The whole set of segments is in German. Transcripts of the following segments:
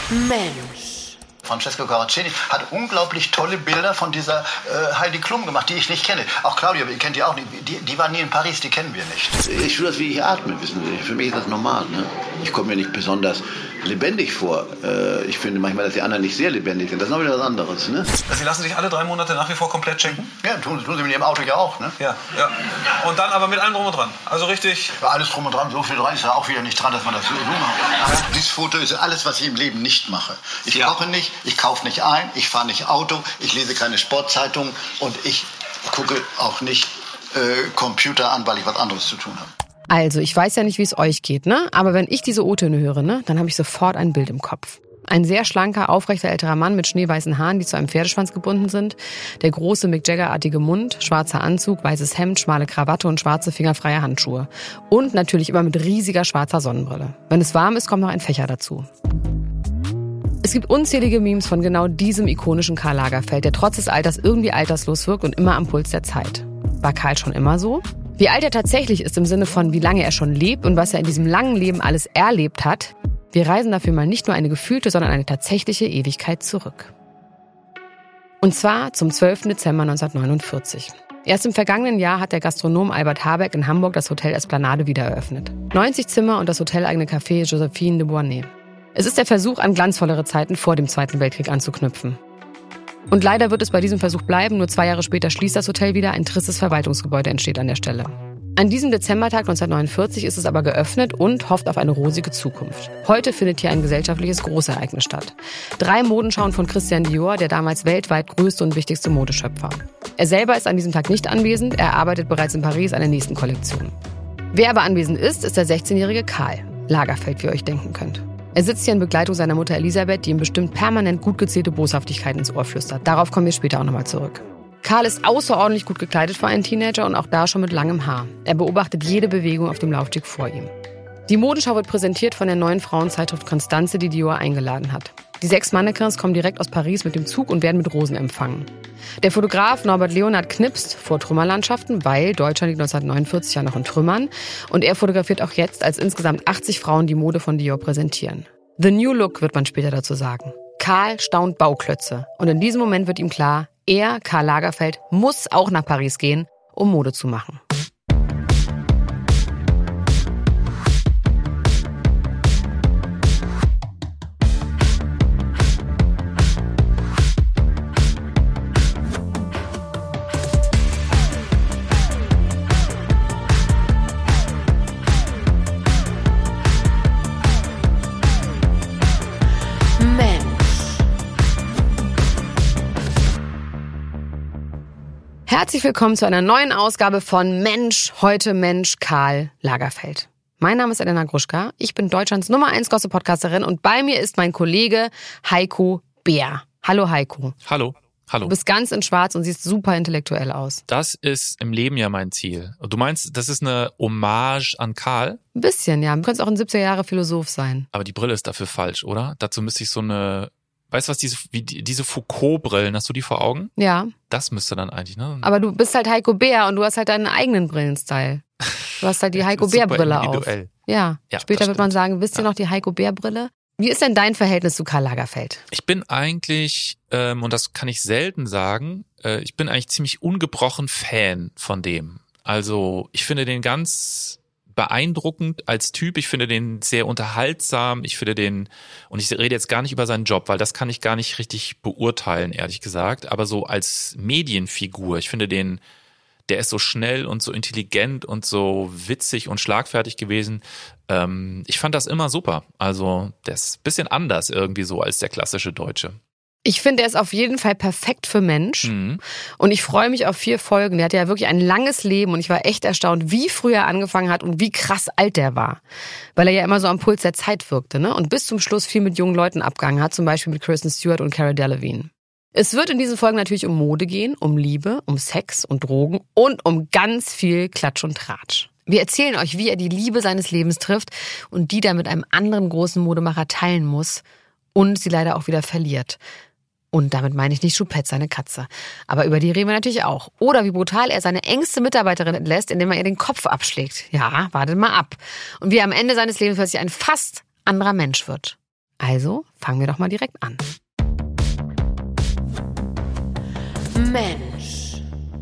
Mensch. Francesco Caraceni hat unglaublich tolle Bilder von dieser Heidi Klum gemacht, die ich nicht kenne. Auch Claudia, ihr kennt die auch nicht. Die war nie in Paris, die kennen wir nicht. Ich spüre das, wie ich atme, wissen Sie. Für mich ist das normal. Ne? Ich komme mir nicht besonders lebendig vor. Ich finde manchmal, dass die anderen nicht sehr lebendig sind. Das ist noch wieder was anderes. Ne? Sie lassen sich alle 3 Monate nach wie vor komplett checken? Ja, tun Sie mit Ihrem Auto ja auch. Ne? Ja. Und dann aber mit allem drum und dran. Also richtig... Ja, alles drum und dran, so viel dran ist ja auch wieder nicht dran, dass man das so macht. Aber dieses Foto ist alles, was ich im Leben nicht mache. Ich koche nicht, ich kaufe nicht ein, ich fahre nicht Auto, ich lese keine Sportzeitung und ich gucke auch nicht Computer an, weil ich was anderes zu tun habe. Also, ich weiß ja nicht, wie es euch geht, ne? Aber wenn ich diese O-Töne höre, ne, dann habe ich sofort ein Bild im Kopf. Ein sehr schlanker, aufrechter älterer Mann mit schneeweißen Haaren, die zu einem Pferdeschwanz gebunden sind. Der große Mick Jagger-artige Mund, schwarzer Anzug, weißes Hemd, schmale Krawatte und schwarze fingerfreie Handschuhe. Und natürlich immer mit riesiger schwarzer Sonnenbrille. Wenn es warm ist, kommt noch ein Fächer dazu. Es gibt unzählige Memes von genau diesem ikonischen Karl Lagerfeld, der trotz des Alters irgendwie alterslos wirkt und immer am Puls der Zeit. War Karl schon immer so? Wie alt er tatsächlich ist im Sinne von, wie lange er schon lebt und was er in diesem langen Leben alles erlebt hat, wir reisen dafür mal nicht nur eine gefühlte, sondern eine tatsächliche Ewigkeit zurück. Und zwar zum 12. Dezember 1949. Erst im vergangenen Jahr hat der Gastronom Albert Habeck in Hamburg das Hotel Esplanade wieder eröffnet. 90 Zimmer und das hoteleigene Café Josephine de Beauharnais. Es ist der Versuch, an glanzvollere Zeiten vor dem Zweiten Weltkrieg anzuknüpfen. Und leider wird es bei diesem Versuch bleiben. Nur 2 Jahre später schließt das Hotel wieder. Ein tristes Verwaltungsgebäude entsteht an der Stelle. An diesem Dezembertag 1949 ist es aber geöffnet und hofft auf eine rosige Zukunft. Heute findet hier ein gesellschaftliches Großereignis statt. 3 Modenschauen von Christian Dior, der damals weltweit größte und wichtigste Modeschöpfer. Er selber ist an diesem Tag nicht anwesend. Er arbeitet bereits in Paris an der nächsten Kollektion. Wer aber anwesend ist der 16-jährige Karl Lagerfeld, wie ihr euch denken könnt. Er sitzt hier in Begleitung seiner Mutter Elisabeth, die ihm bestimmt permanent gut gezählte Boshaftigkeit ins Ohr flüstert. Darauf kommen wir später auch nochmal zurück. Karl ist außerordentlich gut gekleidet für einen Teenager und auch da schon mit langem Haar. Er beobachtet jede Bewegung auf dem Laufsteg vor ihm. Die Modenschau wird präsentiert von der neuen Frauenzeitschrift Constance, die Dior eingeladen hat. Die 6 Mannequins kommen direkt aus Paris mit dem Zug und werden mit Rosen empfangen. Der Fotograf Norbert Leonard knipst vor Trümmerlandschaften, weil Deutschland liegt 1949 ja noch in Trümmern. Und er fotografiert auch jetzt, als insgesamt 80 Frauen die Mode von Dior präsentieren. The New Look wird man später dazu sagen. Karl staunt Bauklötze. Und in diesem Moment wird ihm klar, er, Karl Lagerfeld, muss auch nach Paris gehen, um Mode zu machen. Herzlich willkommen zu einer neuen Ausgabe von Mensch, heute Mensch, Karl Lagerfeld. Mein Name ist Elena Gruschka, ich bin Deutschlands Nummer 1 Gossip-Podcasterin und bei mir ist mein Kollege Heiko Bär. Hallo Heiko. Hallo. Du bist ganz in schwarz und siehst super intellektuell aus. Das ist im Leben ja mein Ziel. Du meinst, das ist eine Hommage an Karl? Ein bisschen, ja. Du könntest auch ein 70er Jahre Philosoph sein. Aber die Brille ist dafür falsch, oder? Dazu müsste ich so eine... Weißt du was, diese Foucault-Brillen, hast du die vor Augen? Ja. Das müsste dann eigentlich, ne? Aber du bist halt Heiko Bär und du hast halt deinen eigenen Brillenstyle. Du hast halt die Heiko Bär-Brille auf. Ja, später wird man sagen, wisst ihr noch die Heiko Bär-Brille? Wie ist denn dein Verhältnis zu Karl Lagerfeld? Ich bin eigentlich, und das kann ich selten sagen, ich bin eigentlich ziemlich ungebrochen Fan von dem. Also ich finde den ganz beeindruckend als Typ, ich finde den sehr unterhaltsam, ich finde den, und ich rede jetzt gar nicht über seinen Job, weil das kann ich gar nicht richtig beurteilen, ehrlich gesagt, aber so als Medienfigur, ich finde den, der ist so schnell und so intelligent und so witzig und schlagfertig gewesen. Ich fand das immer super, also der ist ein bisschen anders irgendwie so als der klassische Deutsche. Ich finde, er ist auf jeden Fall perfekt für Mensch. Und ich freue mich auf 4 Folgen. Der hatte ja wirklich ein langes Leben und ich war echt erstaunt, wie früh er angefangen hat und wie krass alt der war. Weil er ja immer so am Puls der Zeit wirkte, ne? Und bis zum Schluss viel mit jungen Leuten abgehangen hat, zum Beispiel mit Kristen Stewart und Cara Delevingne. Es wird in diesen Folgen natürlich um Mode gehen, um Liebe, um Sex und Drogen und um ganz viel Klatsch und Tratsch. Wir erzählen euch, wie er die Liebe seines Lebens trifft und die dann mit einem anderen großen Modemacher teilen muss und sie leider auch wieder verliert. Und damit meine ich nicht Choupette, seine Katze. Aber über die reden wir natürlich auch. Oder wie brutal er seine engste Mitarbeiterin entlässt, indem er ihr den Kopf abschlägt. Ja, wartet mal ab. Und wie er am Ende seines Lebens plötzlich ein fast anderer Mensch wird. Also fangen wir doch mal direkt an. Mensch.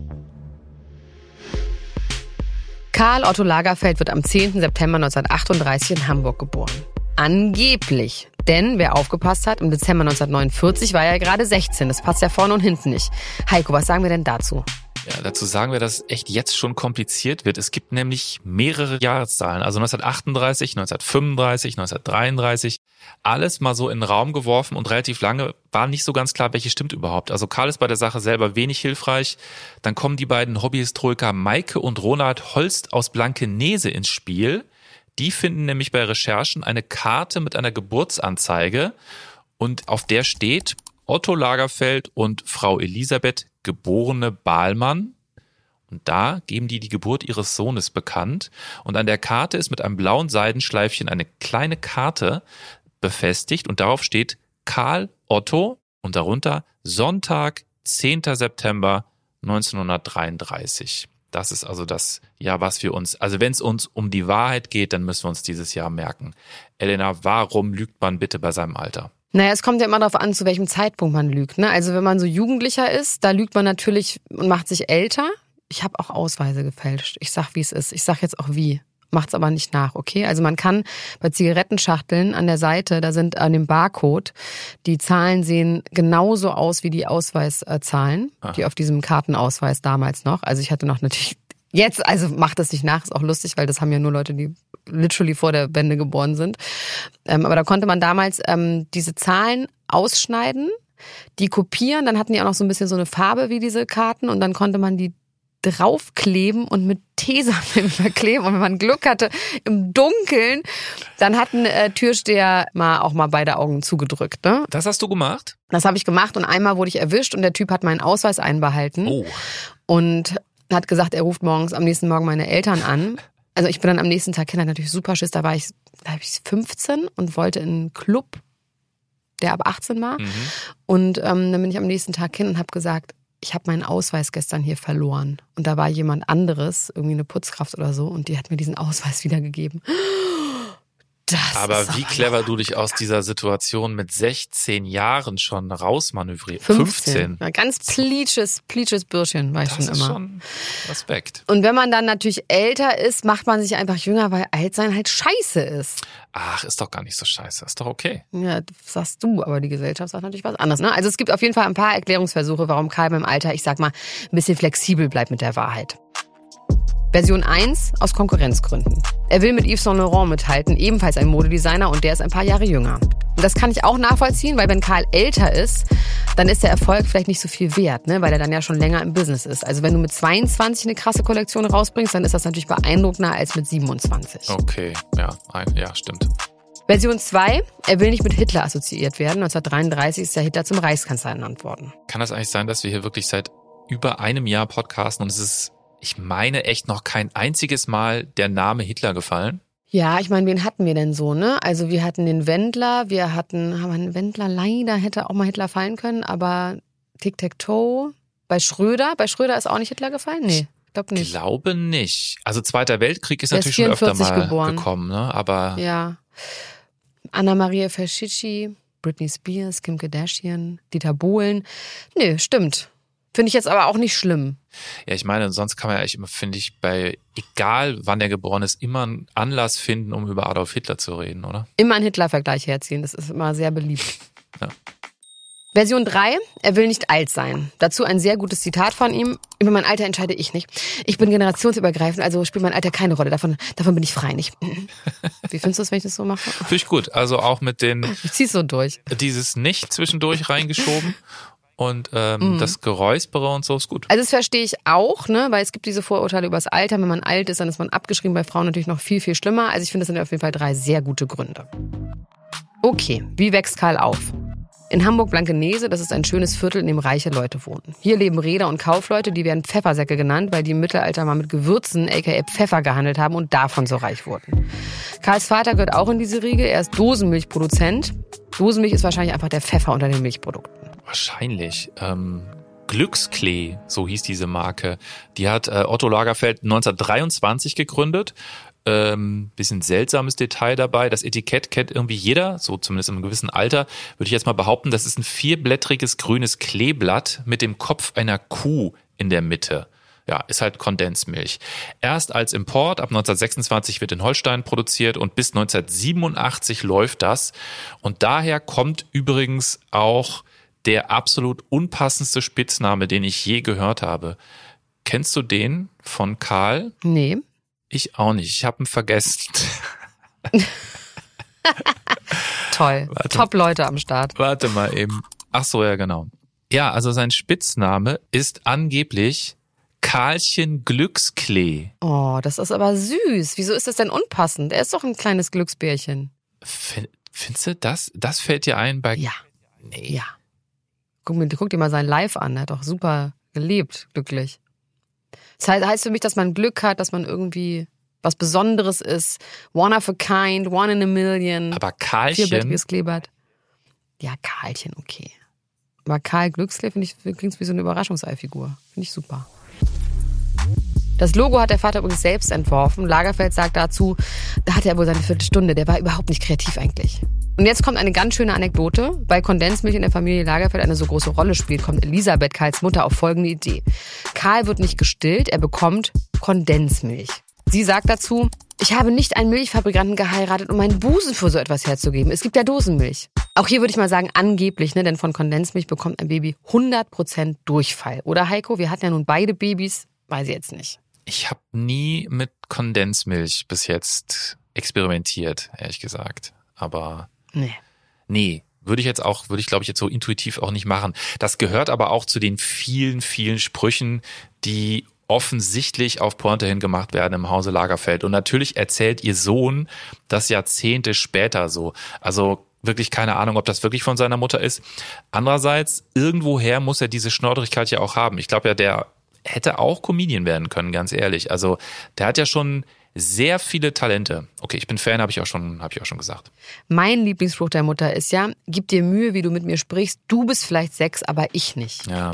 Karl Otto Lagerfeld wird am 10. September 1938 in Hamburg geboren. Angeblich. Denn, wer aufgepasst hat, im Dezember 1949 war er gerade 16. Das passt ja vorne und hinten nicht. Heiko, was sagen wir denn dazu? Ja, dazu sagen wir, dass es echt jetzt schon kompliziert wird. Es gibt nämlich mehrere Jahreszahlen, also 1938, 1935, 1933, alles mal so in den Raum geworfen und relativ lange war nicht so ganz klar, welche stimmt überhaupt. Also Karl ist bei der Sache selber wenig hilfreich. Dann kommen die beiden Hobbyhistoriker Maike und Ronald Holst aus Blankenese ins Spiel. Die finden nämlich bei Recherchen eine Karte mit einer Geburtsanzeige und auf der steht Otto Lagerfeld und Frau Elisabeth geborene Bahlmann. Und da geben die Geburt ihres Sohnes bekannt. Und an der Karte ist mit einem blauen Seidenschleifchen eine kleine Karte befestigt und darauf steht Karl Otto und darunter Sonntag, 10. September 1933. Das ist also das Jahr, was wir uns, also wenn es uns um die Wahrheit geht, dann müssen wir uns dieses Jahr merken. Elena, warum lügt man bitte bei seinem Alter? Naja, es kommt ja immer darauf an, zu welchem Zeitpunkt man lügt. Ne? Also wenn man so Jugendlicher ist, da lügt man natürlich und macht sich älter. Ich habe auch Ausweise gefälscht. Ich sag, wie es ist. Ich sag jetzt auch wie. Macht's aber nicht nach, okay? Also man kann bei Zigarettenschachteln an der Seite, da sind an dem Barcode, die Zahlen sehen genauso aus wie die Ausweiszahlen, die auf diesem Kartenausweis damals noch. Also ich hatte noch natürlich jetzt, also macht es nicht nach, ist auch lustig, weil das haben ja nur Leute, die literally vor der Wende geboren sind. Aber da konnte man damals diese Zahlen ausschneiden, die kopieren, dann hatten die auch noch so ein bisschen so eine Farbe wie diese Karten und dann konnte man die draufkleben und mit Tesafilm verkleben. Und wenn man Glück hatte, im Dunkeln, dann hat ein Türsteher auch mal beide Augen zugedrückt. Ne? Das hast du gemacht? Das habe ich gemacht und einmal wurde ich erwischt und der Typ hat meinen Ausweis einbehalten. Oh. Und hat gesagt, er ruft am nächsten Morgen meine Eltern an. Also ich bin dann am nächsten Tag Kinder natürlich super Schiss. Da war ich 15 und wollte in einen Club, der ab 18 war. Mhm. Und dann bin ich am nächsten Tag hin und habe gesagt, ich habe meinen Ausweis gestern hier verloren. Und da war jemand anderes, irgendwie eine Putzkraft oder so, und die hat mir diesen Ausweis wiedergegeben. Aber wie clever du dich aus dieser Situation mit 16 Jahren schon rausmanövriert. 15. Ja, ganz plitsches Bürschchen war ich schon immer. Das ist schon Respekt. Und wenn man dann natürlich älter ist, macht man sich einfach jünger, weil Altsein halt scheiße ist. Ach, ist doch gar nicht so scheiße. Ist doch okay. Ja, das sagst du, aber die Gesellschaft sagt natürlich was anderes. Ne? Also es gibt auf jeden Fall ein paar Erklärungsversuche, warum Karl im Alter, ich sag mal, ein bisschen flexibel bleibt mit der Wahrheit. Version 1 aus Konkurrenzgründen. Er will mit Yves Saint Laurent mithalten, ebenfalls ein Modedesigner, und der ist ein paar Jahre jünger. Und das kann ich auch nachvollziehen, weil wenn Karl älter ist, dann ist der Erfolg vielleicht nicht so viel wert, ne? Weil er dann ja schon länger im Business ist. Also wenn du mit 22 eine krasse Kollektion rausbringst, dann ist das natürlich beeindruckender als mit 27. Okay, ja, stimmt. Version 2, er will nicht mit Hitler assoziiert werden. 1933 ist der Hitler zum Reichskanzler ernannt worden. Kann das eigentlich sein, dass wir hier wirklich seit über einem Jahr podcasten und es ist, ich meine, echt noch kein einziges Mal der Name Hitler gefallen? Ja, ich meine, wen hatten wir denn so, ne? Also wir hatten den Wendler, haben einen Wendler, leider hätte auch mal Hitler fallen können, aber Tic-Tac-Toe, bei Schröder ist auch nicht Hitler gefallen? Nee, ich glaube nicht. Ich glaube nicht. Also Zweiter Weltkrieg ist natürlich schon öfter mal gekommen, ne? Aber ja. Anna-Maria Ferschicci, Britney Spears, Kim Kardashian, Dieter Bohlen. Nö, stimmt. Finde ich jetzt aber auch nicht schlimm. Ja, ich meine, sonst kann man ja echt immer, finde ich, egal wann der geboren ist, immer einen Anlass finden, um über Adolf Hitler zu reden, oder? Immer einen Hitler-Vergleich herziehen, das ist immer sehr beliebt. Ja. Version 3, er will nicht alt sein. Dazu ein sehr gutes Zitat von ihm. Über mein Alter entscheide ich nicht. Ich bin generationsübergreifend, also spielt mein Alter keine Rolle. Davon bin ich frei nicht. Wie findest du es, wenn ich das so mache? Finde ich gut. Also auch mit Ich zieh's so durch. Dieses Nicht zwischendurch reingeschoben. Und das Geräuspere und so ist gut. Also das verstehe ich auch, ne, weil es gibt diese Vorurteile über das Alter. Wenn man alt ist, dann ist man abgeschrieben. Bei Frauen natürlich noch viel, viel schlimmer. Also ich finde, das sind auf jeden Fall 3 sehr gute Gründe. Okay, wie wächst Karl auf? In Hamburg-Blankenese, das ist ein schönes Viertel, in dem reiche Leute wohnen. Hier leben Reeder und Kaufleute, die werden Pfeffersäcke genannt, weil die im Mittelalter mal mit Gewürzen, aka Pfeffer, gehandelt haben und davon so reich wurden. Karls Vater gehört auch in diese Riege, er ist Dosenmilchproduzent. Dosenmilch ist wahrscheinlich einfach der Pfeffer unter den Milchprodukten. Wahrscheinlich. Glücksklee, so hieß diese Marke. Die hat Otto Lagerfeld 1923 gegründet. bisschen seltsames Detail dabei. Das Etikett kennt irgendwie jeder, so zumindest in einem gewissen Alter, würde ich jetzt mal behaupten, das ist ein 4-blättriges grünes Kleeblatt mit dem Kopf einer Kuh in der Mitte. Ja, ist halt Kondensmilch. Erst als Import, ab 1926 wird in Holstein produziert und bis 1987 läuft das. Und daher kommt übrigens auch der absolut unpassendste Spitzname, den ich je gehört habe. Kennst du den von Karl? Nee. Ich auch nicht. Ich habe ihn vergessen. Toll. Top-Leute am Start. Warte mal eben. Ach so, ja genau. Ja, also sein Spitzname ist angeblich Karlchen Glücksklee. Oh, das ist aber süß. Wieso ist das denn unpassend? Er ist doch ein kleines Glücksbärchen. Findest du das? Das fällt dir ein bei... Ja. Nee. Ja. Guck dir mal sein Live an. Er hat doch super gelebt, glücklich. Das heißt für mich, dass man Glück hat, dass man irgendwie was Besonderes ist. One of a kind, one in a million. Aber Karlchen... 4-blättriges Kleeblatt. Ja, Karlchen, okay. Aber Karl Glücksklee, finde ich, klingt wie so eine Überraschungseifigur. Finde ich super. Das Logo hat der Vater übrigens selbst entworfen. Lagerfeld sagt dazu, da hatte er wohl seine Viertelstunde. Der war überhaupt nicht kreativ eigentlich. Und jetzt kommt eine ganz schöne Anekdote. Weil Kondensmilch in der Familie Lagerfeld eine so große Rolle spielt, kommt Elisabeth, Karls Mutter, auf folgende Idee. Karl wird nicht gestillt, er bekommt Kondensmilch. Sie sagt dazu, ich habe nicht einen Milchfabrikanten geheiratet, um meinen Busen für so etwas herzugeben. Es gibt ja Dosenmilch. Auch hier würde ich mal sagen, angeblich, ne? Denn von Kondensmilch bekommt ein Baby 100% Durchfall. Oder Heiko, wir hatten ja nun beide Babys, weiß ich jetzt nicht. Ich habe nie mit Kondensmilch bis jetzt experimentiert, ehrlich gesagt. Aber nee, würde ich glaube ich jetzt so intuitiv auch nicht machen. Das gehört aber auch zu den vielen, vielen Sprüchen, die offensichtlich auf Pointe hin gemacht werden im Hause Lagerfeld. Und natürlich erzählt ihr Sohn das Jahrzehnte später so. Also wirklich keine Ahnung, ob das wirklich von seiner Mutter ist. Andererseits, irgendwoher muss er diese Schnorrigkeit ja auch haben. Ich glaube ja, der hätte auch Comedian werden können, ganz ehrlich. Also der hat ja schon sehr viele Talente. Okay, ich bin Fan, habe ich auch schon gesagt. Mein Lieblingsspruch der Mutter ist ja, gib dir Mühe, wie du mit mir sprichst. Du bist vielleicht 6, aber ich nicht. Ja.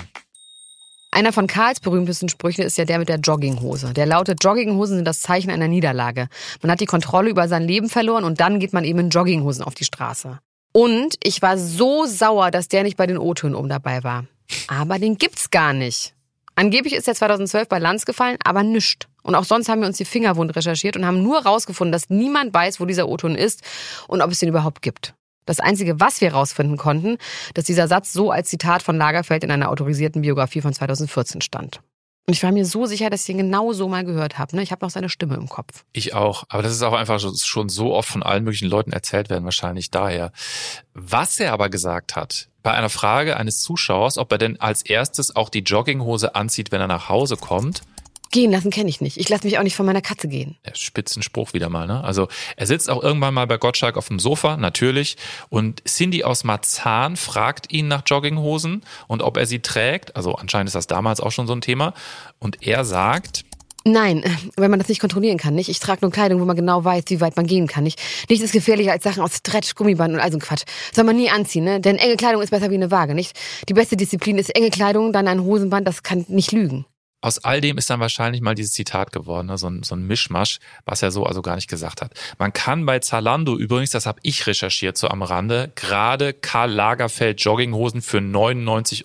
Einer von Karls berühmtesten Sprüchen ist ja der mit der Jogginghose. Der lautet, Jogginghosen sind das Zeichen einer Niederlage. Man hat die Kontrolle über sein Leben verloren und dann geht man eben in Jogginghosen auf die Straße. Und ich war so sauer, dass der nicht bei den O-Tönen oben dabei war. Aber den gibt's gar nicht. Angeblich ist er 2012 bei Lanz gefallen, aber nischt. Und auch sonst haben wir uns die Finger wund recherchiert und haben nur rausgefunden, dass niemand weiß, wo dieser O-Ton ist und ob es den überhaupt gibt. Das Einzige, was wir rausfinden konnten, dass dieser Satz so als Zitat von Lagerfeld in einer autorisierten Biografie von 2014 stand. Und ich war mir so sicher, dass ich ihn genau so mal gehört habe. Ne? Ich habe noch seine Stimme im Kopf. Ich auch. Aber das ist auch einfach schon so oft von allen möglichen Leuten erzählt werden, wahrscheinlich daher. Was er aber gesagt hat, bei einer Frage eines Zuschauers, ob er denn als erstes auch die Jogginghose anzieht, wenn er nach Hause kommt. Gehen lassen kenne ich nicht. Ich lasse mich auch nicht von meiner Katze gehen. Ja, Spitzenspruch wieder mal, ne? Also er sitzt auch irgendwann mal bei Gottschalk auf dem Sofa, natürlich. Und Cindy aus Marzahn fragt ihn nach Jogginghosen und ob er sie trägt. Also anscheinend ist das damals auch schon so ein Thema. Und er sagt... Nein, wenn man das nicht kontrollieren kann, nicht? Ich trage nur Kleidung, wo man genau weiß, wie weit man gehen kann, nicht? Nichts ist gefährlicher als Sachen aus Stretch, Gummiband und all so ein Quatsch. Soll man nie anziehen, ne? Denn enge Kleidung ist besser wie eine Waage, nicht? Die beste Disziplin ist enge Kleidung, dann ein Hosenband, das kann nicht lügen. Aus all dem ist dann wahrscheinlich mal dieses Zitat geworden, ne? so ein Mischmasch, was er so also gar nicht gesagt hat. Man kann bei Zalando übrigens, das habe ich recherchiert so am Rande, gerade Karl Lagerfeld Jogginghosen für 99,50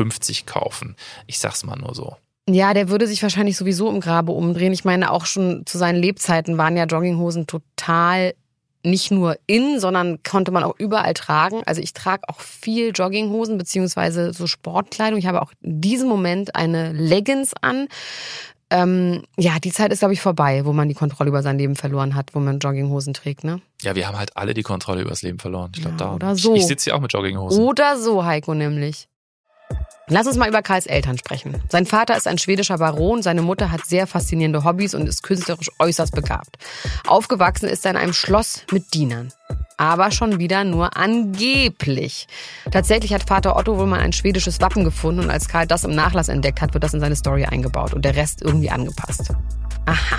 € kaufen. Ich sag's mal nur so. Ja, der würde sich wahrscheinlich sowieso im Grabe umdrehen. Ich meine, auch schon zu seinen Lebzeiten waren ja Jogginghosen total nicht nur in, sondern konnte man auch überall tragen. Also ich trage auch viel Jogginghosen beziehungsweise so Sportkleidung. Ich habe auch in diesem Moment eine Leggings an. Ja, die Zeit ist, glaube ich, vorbei, wo man die Kontrolle über sein Leben verloren hat, wo man Jogginghosen trägt, ne? Ja, wir haben halt alle die Kontrolle über das Leben verloren. Ich glaube, ja, oder so. Ich sitze hier auch mit Jogginghosen. Oder so, Heiko, nämlich. Lass uns mal über Karls Eltern sprechen. Sein Vater ist ein schwedischer Baron, seine Mutter hat sehr faszinierende Hobbys und ist künstlerisch äußerst begabt. Aufgewachsen ist er in einem Schloss mit Dienern. Aber schon wieder nur angeblich. Tatsächlich hat Vater Otto wohl mal ein schwedisches Wappen gefunden und als Karl das im Nachlass entdeckt hat, wird das in seine Story eingebaut und der Rest irgendwie angepasst. Aha.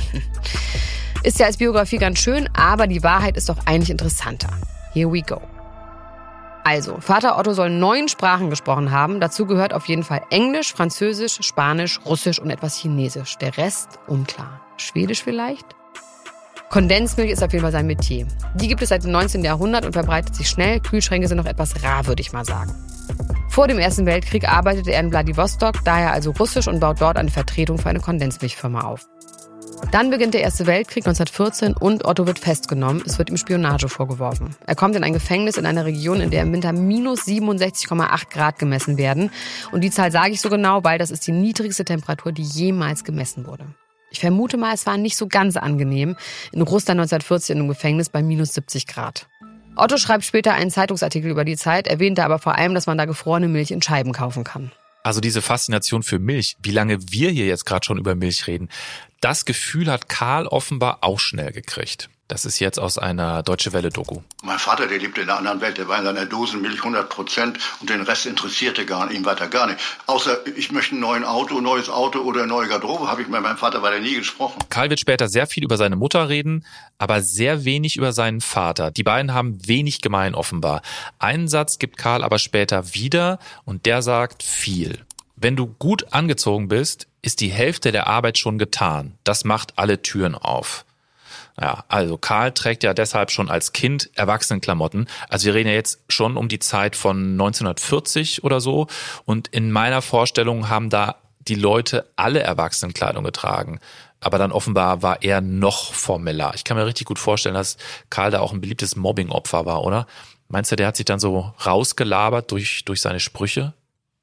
Ist ja als Biografie ganz schön, aber die Wahrheit ist doch eigentlich interessanter. Here we go. Also, Vater Otto soll 9 Sprachen gesprochen haben. Dazu gehört auf jeden Fall Englisch, Französisch, Spanisch, Russisch und etwas Chinesisch. Der Rest unklar. Schwedisch vielleicht? Kondensmilch ist auf jeden Fall sein Metier. Die gibt es seit dem 19. Jahrhundert und verbreitet sich schnell. Kühlschränke sind noch etwas rar, würde ich mal sagen. Vor dem Ersten Weltkrieg arbeitete er in Wladiwostok, daher also russisch, und baut dort eine Vertretung für eine Kondensmilchfirma auf. Dann beginnt der Erste Weltkrieg 1914 und Otto wird festgenommen. Es wird ihm Spionage vorgeworfen. Er kommt in ein Gefängnis in einer Region, in der im Winter minus 67,8 Grad gemessen werden. Und die Zahl sage ich so genau, weil das ist die niedrigste Temperatur, die jemals gemessen wurde. Ich vermute mal, es war nicht so ganz angenehm in Russland 1914 im Gefängnis bei minus 70 Grad. Otto schreibt später einen Zeitungsartikel über die Zeit, erwähnte aber vor allem, dass man da gefrorene Milch in Scheiben kaufen kann. Also diese Faszination für Milch, wie lange wir hier jetzt gerade schon über Milch reden, das Gefühl hat Karl offenbar auch schnell gekriegt. Das ist jetzt aus einer Deutsche Welle-Doku. Mein Vater, der lebte in einer anderen Welt, der war in seiner Dosenmilch 100% und den Rest interessierte ihn weiter gar nicht. Außer, ich möchte ein neues Auto oder eine neue Garderobe, habe ich mit meinem Vater weiter nie gesprochen. Karl wird später sehr viel über seine Mutter reden, aber sehr wenig über seinen Vater. Die beiden haben wenig gemein offenbar. Einen Satz gibt Karl aber später wieder und der sagt viel. Wenn du gut angezogen bist, ist die Hälfte der Arbeit schon getan. Das macht alle Türen auf. Ja, also Karl trägt ja deshalb schon als Kind Erwachsenenklamotten. Also wir reden ja jetzt schon um die Zeit von 1940 oder so. Und in meiner Vorstellung haben da die Leute alle Erwachsenenkleidung getragen. Aber dann offenbar war er noch formeller. Ich kann mir richtig gut vorstellen, dass Karl da auch ein beliebtes Mobbing-Opfer war, oder? Meinst du, der hat sich dann so rausgelabert durch seine Sprüche?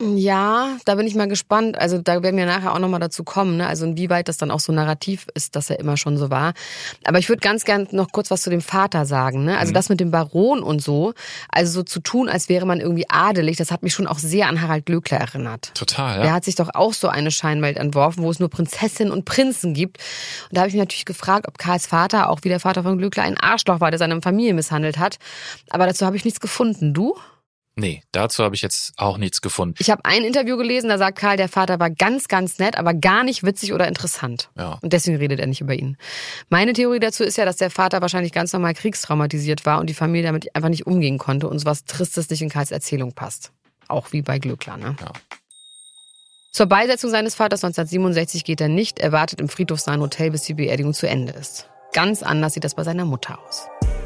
Ja, da bin ich mal gespannt. Also da werden wir nachher auch nochmal dazu kommen, ne? Also inwieweit das dann auch so narrativ ist, dass er immer schon so war. Aber ich würde ganz gern noch kurz was zu dem Vater sagen, ne? Also das mit dem Baron und so, also so zu tun, als wäre man irgendwie adelig, das hat mich schon auch sehr an Harald Glöckler erinnert. Total, ja. Der hat sich doch auch so eine Scheinwelt entworfen, wo es nur Prinzessinnen und Prinzen gibt. Und da habe ich mich natürlich gefragt, ob Karls Vater, auch wie der Vater von Glöckler, ein Arschloch war, der seine Familie misshandelt hat. Aber dazu habe ich nichts gefunden. Du? Nee, dazu habe ich jetzt auch nichts gefunden. Ich habe ein Interview gelesen, da sagt Karl, der Vater war ganz, ganz nett, aber gar nicht witzig oder interessant. Ja. Und deswegen redet er nicht über ihn. Meine Theorie dazu ist ja, dass der Vater wahrscheinlich ganz normal kriegstraumatisiert war und die Familie damit einfach nicht umgehen konnte und sowas Tristes nicht in Karls Erzählung passt. Auch wie bei Glöckler, ne? Ja. Zur Beisetzung seines Vaters 1967 geht er nicht. Er wartet im friedhofsnahen Hotel, bis die Beerdigung zu Ende ist. Ganz anders sieht das bei seiner Mutter aus.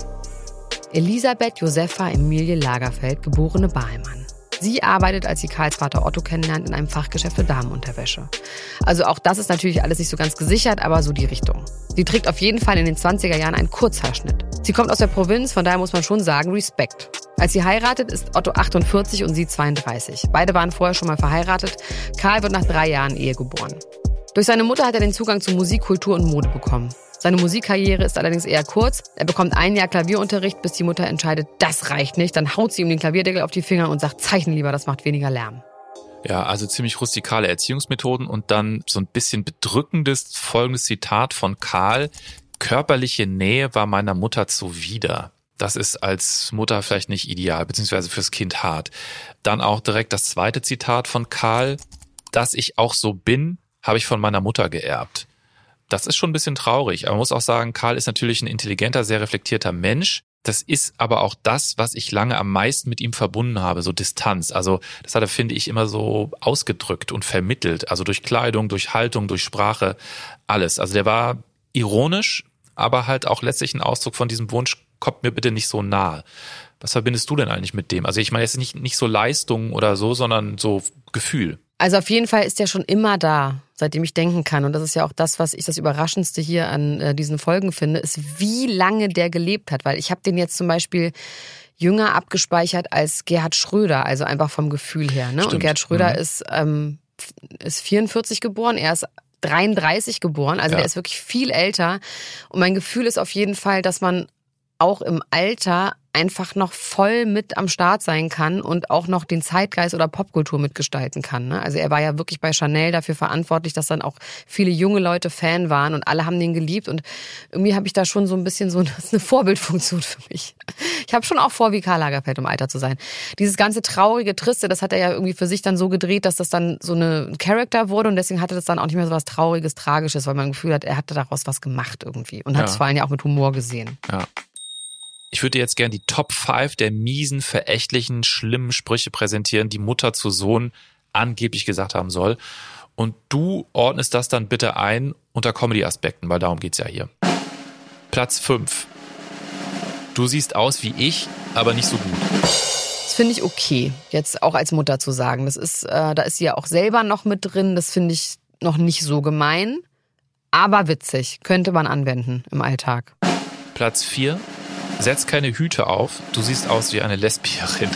Elisabeth Josepha Emilie Lagerfeld, geborene Bahlmann. Sie arbeitet, als sie Karls Vater Otto kennenlernt, in einem Fachgeschäft für Damenunterwäsche. Also auch das ist natürlich alles nicht so ganz gesichert, aber so die Richtung. Sie trägt auf jeden Fall in den 20er Jahren einen Kurzhaarschnitt. Sie kommt aus der Provinz, von daher muss man schon sagen, Respekt. Als sie heiratet, ist Otto 48 und sie 32. Beide waren vorher schon mal verheiratet. Karl wird nach 3 Jahren Ehe geboren. Durch seine Mutter hat er den Zugang zu Musik, Kultur und Mode bekommen. Seine Musikkarriere ist allerdings eher kurz. Er bekommt 1 Jahr Klavierunterricht, bis die Mutter entscheidet, das reicht nicht. Dann haut sie ihm den Klavierdeckel auf die Finger und sagt, zeichne lieber, das macht weniger Lärm. Ja, also ziemlich rustikale Erziehungsmethoden und dann so ein bisschen bedrückendes folgendes Zitat von Karl. Körperliche Nähe war meiner Mutter zuwider. Das ist als Mutter vielleicht nicht ideal, beziehungsweise fürs Kind hart. Dann auch direkt das zweite Zitat von Karl. Dass ich auch so bin, habe ich von meiner Mutter geerbt. Das ist schon ein bisschen traurig, aber man muss auch sagen, Karl ist natürlich ein intelligenter, sehr reflektierter Mensch. Das ist aber auch das, was ich lange am meisten mit ihm verbunden habe, so Distanz. Also das hat er, finde ich, immer so ausgedrückt und vermittelt. Also durch Kleidung, durch Haltung, durch Sprache, alles. Also der war ironisch, aber halt auch letztlich ein Ausdruck von diesem Wunsch, kommt mir bitte nicht so nahe. Was verbindest du denn eigentlich mit dem? Also ich meine jetzt nicht so Leistung oder so, sondern so Gefühl. Also auf jeden Fall ist der schon immer da, seitdem ich denken kann. Und das ist ja auch das, was ich das Überraschendste hier an diesen Folgen finde, ist, wie lange der gelebt hat. Weil ich habe den jetzt zum Beispiel jünger abgespeichert als Gerhard Schröder, also einfach vom Gefühl her. Ne? Und Gerhard Schröder ist 44 geboren, er ist 33 geboren, also der ist wirklich viel älter. Und mein Gefühl ist auf jeden Fall, dass man auch im Alter einfach noch voll mit am Start sein kann und auch noch den Zeitgeist oder Popkultur mitgestalten kann. Ne? Also er war ja wirklich bei Chanel dafür verantwortlich, dass dann auch viele junge Leute Fan waren und alle haben den geliebt. Und irgendwie habe ich da schon so ein bisschen so eine Vorbildfunktion für mich. Ich habe schon auch vor, wie Karl Lagerfeld im Alter zu sein. Dieses ganze traurige, triste, das hat er ja irgendwie für sich dann so gedreht, dass das dann so ein Charakter wurde und deswegen hatte das dann auch nicht mehr so was Trauriges, Tragisches, weil man das Gefühl hat, er hatte daraus was gemacht irgendwie und hat es vor allem ja auch mit Humor gesehen. Ja. Ich würde dir jetzt gerne die Top 5 der miesen, verächtlichen, schlimmen Sprüche präsentieren, die Mutter zu Sohn angeblich gesagt haben soll. Und du ordnest das dann bitte ein unter Comedy-Aspekten, weil darum geht's ja hier. Platz 5. Du siehst aus wie ich, aber nicht so gut. Das finde ich okay, jetzt auch als Mutter zu sagen. Das ist, da ist sie ja auch selber noch mit drin. Das finde ich noch nicht so gemein, aber witzig. Könnte man anwenden im Alltag. Platz 4. Setz keine Hüte auf. Du siehst aus wie eine Lesbierin.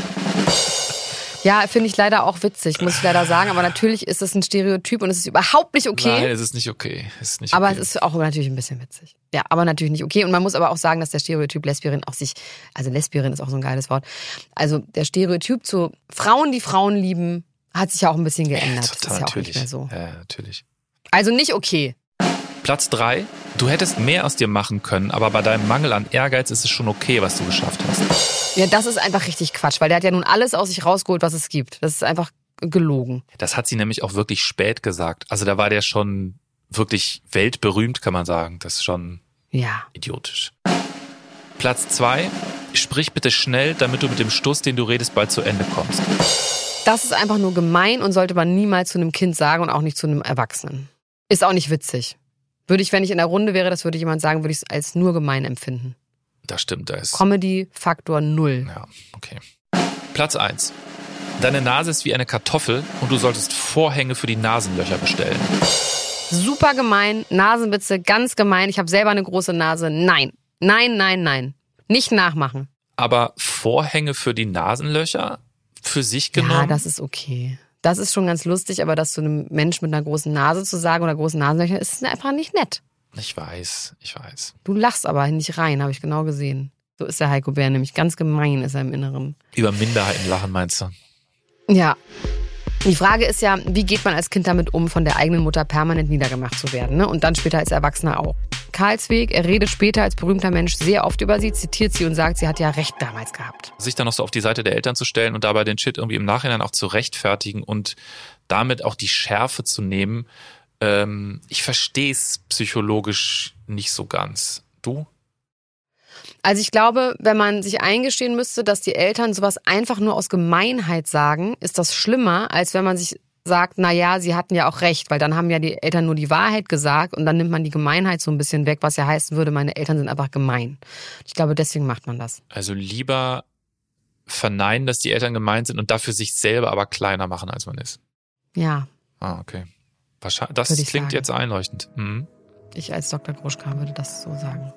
Ja, finde ich leider auch witzig, muss ich leider sagen. Aber natürlich ist es ein Stereotyp und es ist überhaupt nicht okay. Nein, es ist nicht okay. Aber es ist auch natürlich ein bisschen witzig. Ja, aber natürlich nicht okay. Und man muss aber auch sagen, dass der Stereotyp Lesbierin auch also Lesbierin ist auch so ein geiles Wort. Also der Stereotyp zu Frauen, die Frauen lieben, hat sich ja auch ein bisschen geändert. Ja, total, das ist ja auch natürlich. nicht mehr so. Ja, natürlich. Also nicht okay. Platz 3. Du hättest mehr aus dir machen können, aber bei deinem Mangel an Ehrgeiz ist es schon okay, was du geschafft hast. Ja, das ist einfach richtig Quatsch, weil der hat ja nun alles aus sich rausgeholt, was es gibt. Das ist einfach gelogen. Das hat sie nämlich auch wirklich spät gesagt. Also da war der schon wirklich weltberühmt, kann man sagen. Das ist schon idiotisch. Platz 2. Sprich bitte schnell, damit du mit dem Stuss, den du redest, bald zu Ende kommst. Das ist einfach nur gemein und sollte man niemals zu einem Kind sagen und auch nicht zu einem Erwachsenen. Ist auch nicht witzig. Würde ich, wenn ich in der Runde wäre, das würde jemand sagen, würde ich es als nur gemein empfinden. Das stimmt, da ist Comedy-Faktor 0. Ja, okay. Platz 1. Deine Nase ist wie eine Kartoffel und du solltest Vorhänge für die Nasenlöcher bestellen. Super gemein, Nasenwitze, ganz gemein. Ich habe selber eine große Nase. Nein, nein, nein, nein. Nicht nachmachen. Aber Vorhänge für die Nasenlöcher für sich genommen? Ja, das ist okay. Das ist schon ganz lustig, aber das zu einem Mensch mit einer großen Nase zu sagen oder großen Nasenlöchern ist einfach nicht nett. Ich weiß. Du lachst aber nicht rein, habe ich genau gesehen. So ist der Heiko Bär nämlich. Ganz gemein ist er im Inneren. Über Minderheiten lachen, meinst du? Ja. Die Frage ist ja, wie geht man als Kind damit um, von der eigenen Mutter permanent niedergemacht zu werden, ne? Und dann später als Erwachsener auch. Karls Weg, er redet später als berühmter Mensch sehr oft über sie, zitiert sie und sagt, sie hat ja recht damals gehabt. Sich dann noch so auf die Seite der Eltern zu stellen und dabei den Shit irgendwie im Nachhinein auch zu rechtfertigen und damit auch die Schärfe zu nehmen, ich verstehe es psychologisch nicht so ganz. Du? Also ich glaube, wenn man sich eingestehen müsste, dass die Eltern sowas einfach nur aus Gemeinheit sagen, ist das schlimmer, als wenn man sich sagt, naja, sie hatten ja auch recht, weil dann haben ja die Eltern nur die Wahrheit gesagt und dann nimmt man die Gemeinheit so ein bisschen weg, was ja heißen würde, meine Eltern sind einfach gemein. Ich glaube, deswegen macht man das. Also lieber verneinen, dass die Eltern gemein sind und dafür sich selber aber kleiner machen, als man ist. Ja. Ah, okay. Wahrscheinlich, das klingt jetzt einleuchtend. Mhm. Ich als Dr. Gruschka würde das so sagen.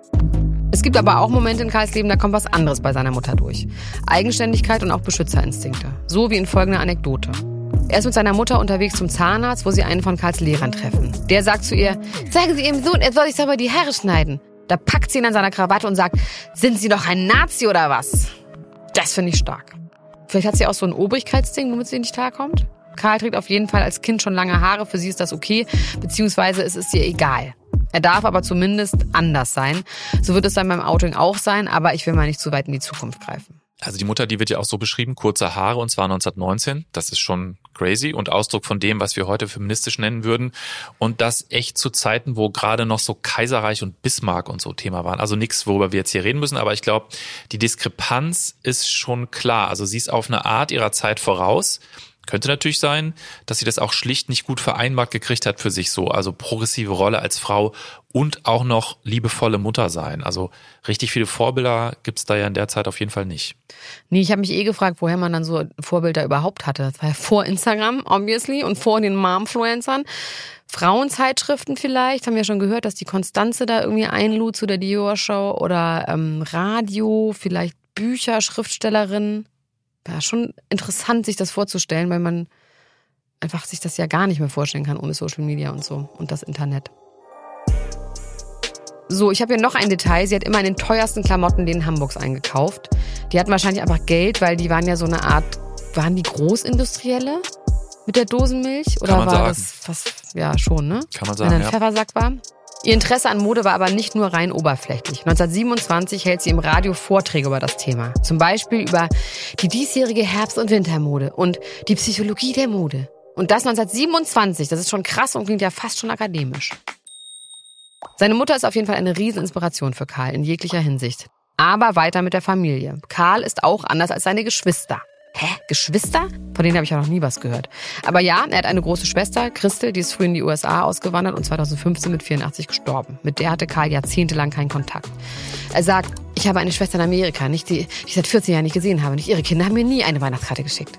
Es gibt aber auch Momente in Karls Leben, da kommt was anderes bei seiner Mutter durch. Eigenständigkeit und auch Beschützerinstinkte. So wie in folgender Anekdote. Er ist mit seiner Mutter unterwegs zum Zahnarzt, wo sie einen von Karls Lehrern treffen. Der sagt zu ihr, sagen Sie Ihrem Sohn, er soll sich aber die Haare schneiden. Da packt sie ihn an seiner Krawatte und sagt, sind Sie doch ein Nazi oder was? Das finde ich stark. Vielleicht hat sie auch so ein Obrigkeitsding, womit sie nicht klarkommt. Karl trägt auf jeden Fall als Kind schon lange Haare, für sie ist das okay, beziehungsweise es ist ihr egal. Er darf aber zumindest anders sein. So wird es dann beim Outing auch sein, aber ich will mal nicht zu weit in die Zukunft greifen. Also die Mutter, die wird ja auch so beschrieben, kurze Haare und zwar 1919. Das ist schon crazy und Ausdruck von dem, was wir heute feministisch nennen würden. Und das echt zu Zeiten, wo gerade noch so Kaiserreich und Bismarck und so Thema waren. Also nichts, worüber wir jetzt hier reden müssen, aber ich glaube, die Diskrepanz ist schon klar. Also sie ist auf eine Art ihrer Zeit voraus. Könnte natürlich sein, dass sie das auch schlicht nicht gut vereinbart gekriegt hat für sich so. Also progressive Rolle als Frau und auch noch liebevolle Mutter sein. Also richtig viele Vorbilder gibt's da ja in der Zeit auf jeden Fall nicht. Nee, ich habe mich gefragt, woher man dann so Vorbilder überhaupt hatte. Das war ja vor Instagram, obviously, und vor den Momfluencern. Frauenzeitschriften vielleicht, haben wir schon gehört, dass die Constanze da irgendwie einlud zu der Dior-Show oder Radio, vielleicht Bücher, Schriftstellerinnen. Ja, schon interessant, sich das vorzustellen, weil man einfach sich das ja gar nicht mehr vorstellen kann ohne Social Media und so und das Internet. So, ich habe hier noch ein Detail. Sie hat immer in den teuersten Klamottenläden Hamburgs eingekauft. Die hatten wahrscheinlich einfach Geld, weil die waren ja so eine Art, waren die Großindustrielle mit der Dosenmilch? Oder kann man war sagen. das fast, ja schon, ne? Kann man sagen, wenn ein Pfeffersack war? Ihr Interesse an Mode war aber nicht nur rein oberflächlich. 1927 hält sie im Radio Vorträge über das Thema. Zum Beispiel über die diesjährige Herbst- und Wintermode und die Psychologie der Mode. Und das 1927, das ist schon krass und klingt ja fast schon akademisch. Seine Mutter ist auf jeden Fall eine Rieseninspiration für Karl in jeglicher Hinsicht. Aber weiter mit der Familie. Karl ist auch anders als seine Geschwister. Hä? Geschwister? Von denen habe ich ja noch nie was gehört. Aber ja, er hat eine große Schwester, Christel, die ist früh in die USA ausgewandert und 2015 mit 84 gestorben. Mit der hatte Karl jahrzehntelang keinen Kontakt. Er sagt, ich habe eine Schwester in Amerika, die ich seit 14 Jahren nicht gesehen habe. Nicht ihre Kinder haben mir nie eine Weihnachtskarte geschickt.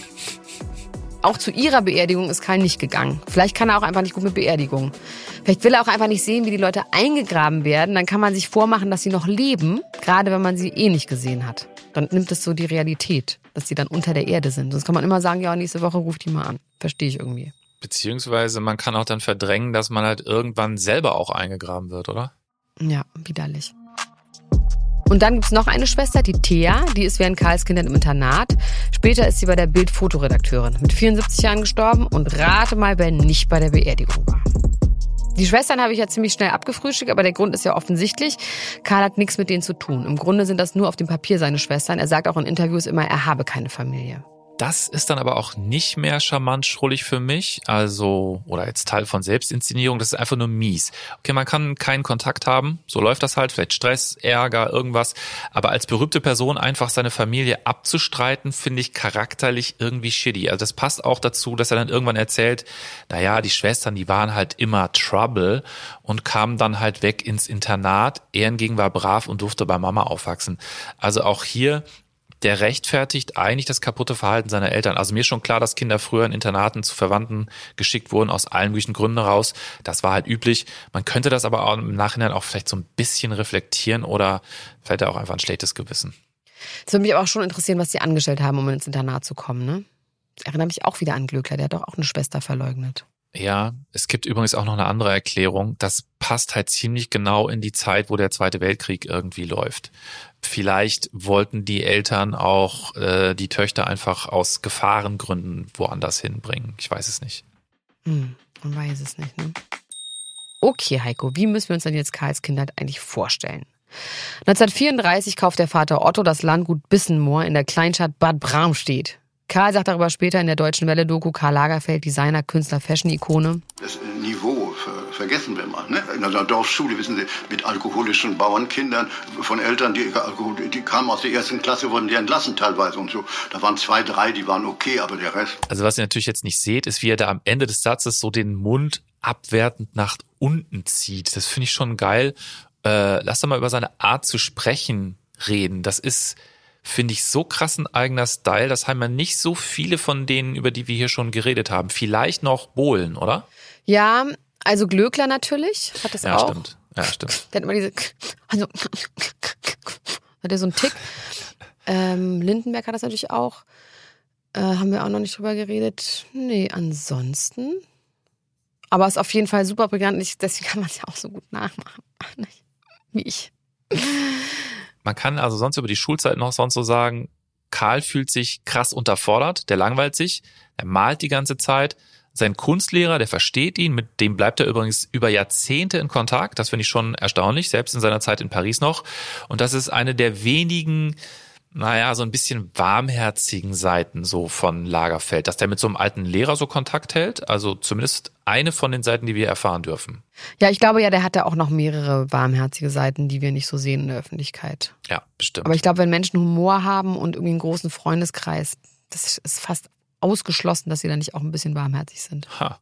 Auch zu ihrer Beerdigung ist Karl nicht gegangen. Vielleicht kann er auch einfach nicht gut mit Beerdigungen. Vielleicht will er auch einfach nicht sehen, wie die Leute eingegraben werden. Dann kann man sich vormachen, dass sie noch leben, gerade wenn man sie eh nicht gesehen hat. Dann nimmt es so die Realität, dass sie dann unter der Erde sind. Sonst kann man immer sagen, ja, nächste Woche ruft die mal an. Verstehe ich irgendwie. Beziehungsweise man kann auch dann verdrängen, dass man halt irgendwann selber auch eingegraben wird, oder? Ja, widerlich. Und dann gibt's noch eine Schwester, die Thea, die ist während Karls Kindern im Internat. Später ist sie bei der Bild Fotoredakteurin, mit 74 Jahren gestorben und rate mal, wer nicht bei der Beerdigung war. Die Schwestern habe ich ja ziemlich schnell abgefrühstückt, aber der Grund ist ja offensichtlich. Karl hat nichts mit denen zu tun. Im Grunde sind das nur auf dem Papier seine Schwestern. Er sagt auch in Interviews immer, er habe keine Familie. Das ist dann aber auch nicht mehr charmant schrullig für mich, also, oder jetzt Teil von Selbstinszenierung, das ist einfach nur mies. Okay, man kann keinen Kontakt haben, so läuft das halt, vielleicht Stress, Ärger, irgendwas, aber als berühmte Person einfach seine Familie abzustreiten, finde ich charakterlich irgendwie shitty. Also das passt auch dazu, dass er dann irgendwann erzählt, naja, die Schwestern, die waren halt immer Trouble und kamen dann halt weg ins Internat, er hingegen war brav und durfte bei Mama aufwachsen. Also auch hier, der rechtfertigt eigentlich das kaputte Verhalten seiner Eltern. Also mir ist schon klar, dass Kinder früher in Internaten zu Verwandten geschickt wurden, aus allen möglichen Gründen heraus. Das war halt üblich. Man könnte das aber auch im Nachhinein auch vielleicht so ein bisschen reflektieren oder vielleicht auch einfach ein schlechtes Gewissen. Es würde mich aber auch schon interessieren, was die angestellt haben, um ins Internat zu kommen, ne? Ich erinnere mich auch wieder an Glöckler, der hat doch auch eine Schwester verleugnet. Ja, es gibt übrigens auch noch eine andere Erklärung. Das passt halt ziemlich genau in die Zeit, wo der Zweite Weltkrieg irgendwie läuft. Vielleicht wollten die Eltern auch die Töchter einfach aus Gefahrengründen woanders hinbringen. Ich weiß es nicht. Man weiß es nicht, ne? Okay, Heiko, wie müssen wir uns denn jetzt Karls Kindheit eigentlich vorstellen? 1934 kauft der Vater Otto das Landgut Bissenmoor in der Kleinstadt Bad Bramstedt. Karl sagt darüber später in der Deutschen Welle-Doku, Karl Lagerfeld, Designer, Künstler, Fashion-Ikone. Das Niveau vergessen wir mal. Ne? In einer Dorfschule, wissen Sie, mit alkoholischen Bauernkindern von Eltern, die kamen aus der ersten Klasse, wurden die entlassen teilweise und so. Da waren 2, 3, die waren okay, aber der Rest. Also was ihr natürlich jetzt nicht seht, ist, wie er da am Ende des Satzes so den Mund abwertend nach unten zieht. Das finde ich schon geil. Lass doch mal über seine Art zu sprechen reden. Das ist, finde ich, so krass ein eigener Style. Das haben ja nicht so viele von denen, über die wir hier schon geredet haben. Vielleicht noch Bohlen, oder? Ja, also Glöckler natürlich, hat das auch. Ja, stimmt. Der hat immer diese, also, hat er so einen Tick. Lindenberg hat das natürlich auch. Haben wir auch noch nicht drüber geredet. Nee, ansonsten. Aber ist auf jeden Fall super prägnant. Deswegen kann man es ja auch so gut nachmachen. Wie ich. Man kann also sonst über die Schulzeit noch sonst so sagen, Karl fühlt sich krass unterfordert, der langweilt sich, er malt die ganze Zeit. Sein Kunstlehrer, der versteht ihn, mit dem bleibt er übrigens über Jahrzehnte in Kontakt. Das finde ich schon erstaunlich, selbst in seiner Zeit in Paris noch. Und das ist eine der wenigen, so ein bisschen warmherzigen Seiten so von Lagerfeld, dass der mit so einem alten Lehrer so Kontakt hält. Also zumindest eine von den Seiten, die wir erfahren dürfen. Ja, ich glaube ja, der hat ja auch noch mehrere warmherzige Seiten, die wir nicht so sehen in der Öffentlichkeit. Ja, bestimmt. Aber ich glaube, wenn Menschen Humor haben und irgendwie einen großen Freundeskreis, das ist fast ausgeschlossen, dass sie dann nicht auch ein bisschen warmherzig sind. Ha.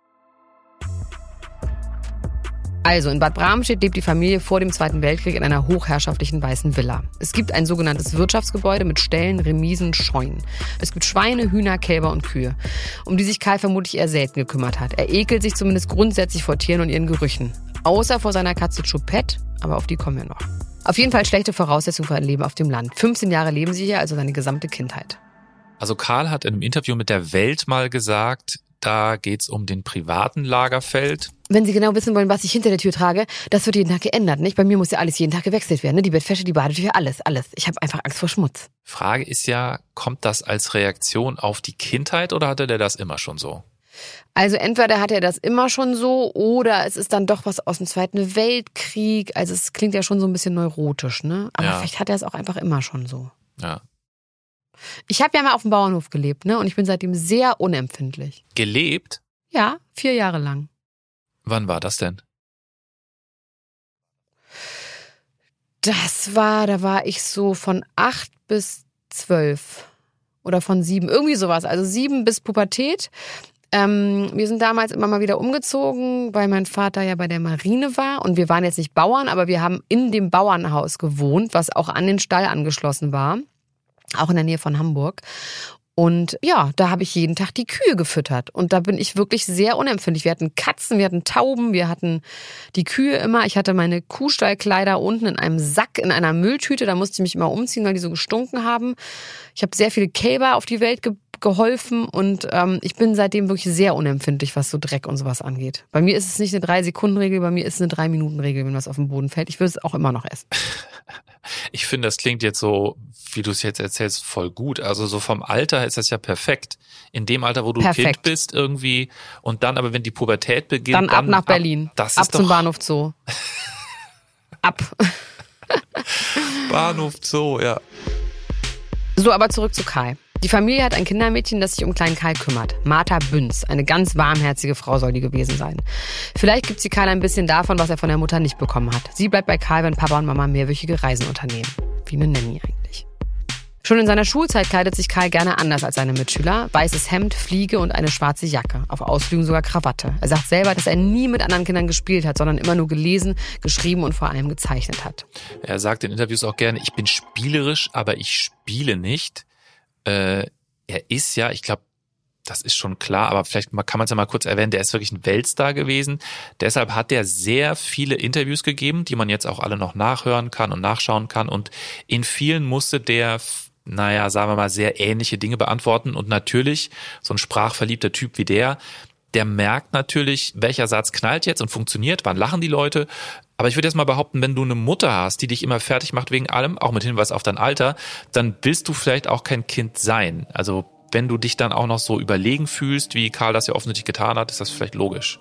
Also, in Bad Bramstedt lebt die Familie vor dem Zweiten Weltkrieg in einer hochherrschaftlichen weißen Villa. Es gibt ein sogenanntes Wirtschaftsgebäude mit Ställen, Remisen, Scheunen. Es gibt Schweine, Hühner, Kälber und Kühe, um die sich Karl vermutlich eher selten gekümmert hat. Er ekelt sich zumindest grundsätzlich vor Tieren und ihren Gerüchen. Außer vor seiner Katze Choupette, aber auf die kommen wir noch. Auf jeden Fall schlechte Voraussetzungen für ein Leben auf dem Land. 15 Jahre leben sie hier, also seine gesamte Kindheit. Also Karl hat in einem Interview mit der Welt mal gesagt, da geht's um den privaten Lagerfeld. Wenn Sie genau wissen wollen, was ich hinter der Tür trage, das wird jeden Tag geändert, nicht? Bei mir muss ja alles jeden Tag gewechselt werden, ne? Die Bettwäsche, die Badetücher, alles. Ich habe einfach Angst vor Schmutz. Frage ist ja, kommt das als Reaktion auf die Kindheit oder hatte der das immer schon so? Also entweder hat er das immer schon so oder es ist dann doch was aus dem Zweiten Weltkrieg. Also es klingt ja schon so ein bisschen neurotisch, ne? Aber ja, vielleicht hat er es auch einfach immer schon so. Ja. Ich habe ja mal auf dem Bauernhof gelebt, ne? Und ich bin seitdem sehr unempfindlich. Gelebt? Ja, 4 Jahre lang. Wann war das denn? Da war ich so von 8 bis 12. oder von 7, irgendwie sowas. Also 7 bis Pubertät. Wir sind damals immer mal wieder umgezogen, weil mein Vater ja bei der Marine war und wir waren jetzt nicht Bauern, aber wir haben in dem Bauernhaus gewohnt, was auch an den Stall angeschlossen war, auch in der Nähe von Hamburg. Und ja, da habe ich jeden Tag die Kühe gefüttert und da bin ich wirklich sehr unempfindlich. Wir hatten Katzen, wir hatten Tauben, wir hatten die Kühe immer. Ich hatte meine Kuhstallkleider unten in einem Sack, in einer Mülltüte, da musste ich mich immer umziehen, weil die so gestunken haben. Ich habe sehr viele Kälber auf die Welt geholfen und ich bin seitdem wirklich sehr unempfindlich, was so Dreck und sowas angeht. Bei mir ist es nicht eine 3-Sekunden-Regel, bei mir ist es eine 3-Minuten-Regel, wenn was auf den Boden fällt. Ich würde es auch immer noch essen. Ich finde, das klingt jetzt so, wie du es jetzt erzählst, voll gut. Also so vom Alter ist das ja perfekt. In dem Alter, wo du Kind bist irgendwie und dann aber, wenn die Pubertät beginnt. Dann ab nach Berlin, ab zum Bahnhof Zoo. Ab. Bahnhof Zoo, ja. So, aber zurück zu Karl. Die Familie hat ein Kindermädchen, das sich um kleinen Karl kümmert. Martha Bünz. Eine ganz warmherzige Frau soll die gewesen sein. Vielleicht gibt sie Karl ein bisschen davon, was er von der Mutter nicht bekommen hat. Sie bleibt bei Karl, wenn Papa und Mama mehrwöchige Reisen unternehmen. Wie eine Nanny eigentlich. Schon in seiner Schulzeit kleidet sich Karl gerne anders als seine Mitschüler. Weißes Hemd, Fliege und eine schwarze Jacke. Auf Ausflügen sogar Krawatte. Er sagt selber, dass er nie mit anderen Kindern gespielt hat, sondern immer nur gelesen, geschrieben und vor allem gezeichnet hat. Er sagt in Interviews auch gerne, ich bin spielerisch, aber ich spiele nicht. Er ist ja, ich glaube, das ist schon klar, aber vielleicht kann man es ja mal kurz erwähnen, der ist wirklich ein Weltstar gewesen. Deshalb hat er sehr viele Interviews gegeben, die man jetzt auch alle noch nachhören kann und nachschauen kann. Und in vielen musste der, sagen wir mal, sehr ähnliche Dinge beantworten. Und natürlich, so ein sprachverliebter Typ wie der merkt natürlich, welcher Satz knallt jetzt und funktioniert, wann lachen die Leute. Aber ich würde jetzt mal behaupten, wenn du eine Mutter hast, die dich immer fertig macht wegen allem, auch mit Hinweis auf dein Alter, dann willst du vielleicht auch kein Kind sein. Also wenn du dich dann auch noch so überlegen fühlst, wie Karl das ja offensichtlich getan hat, ist das vielleicht logisch.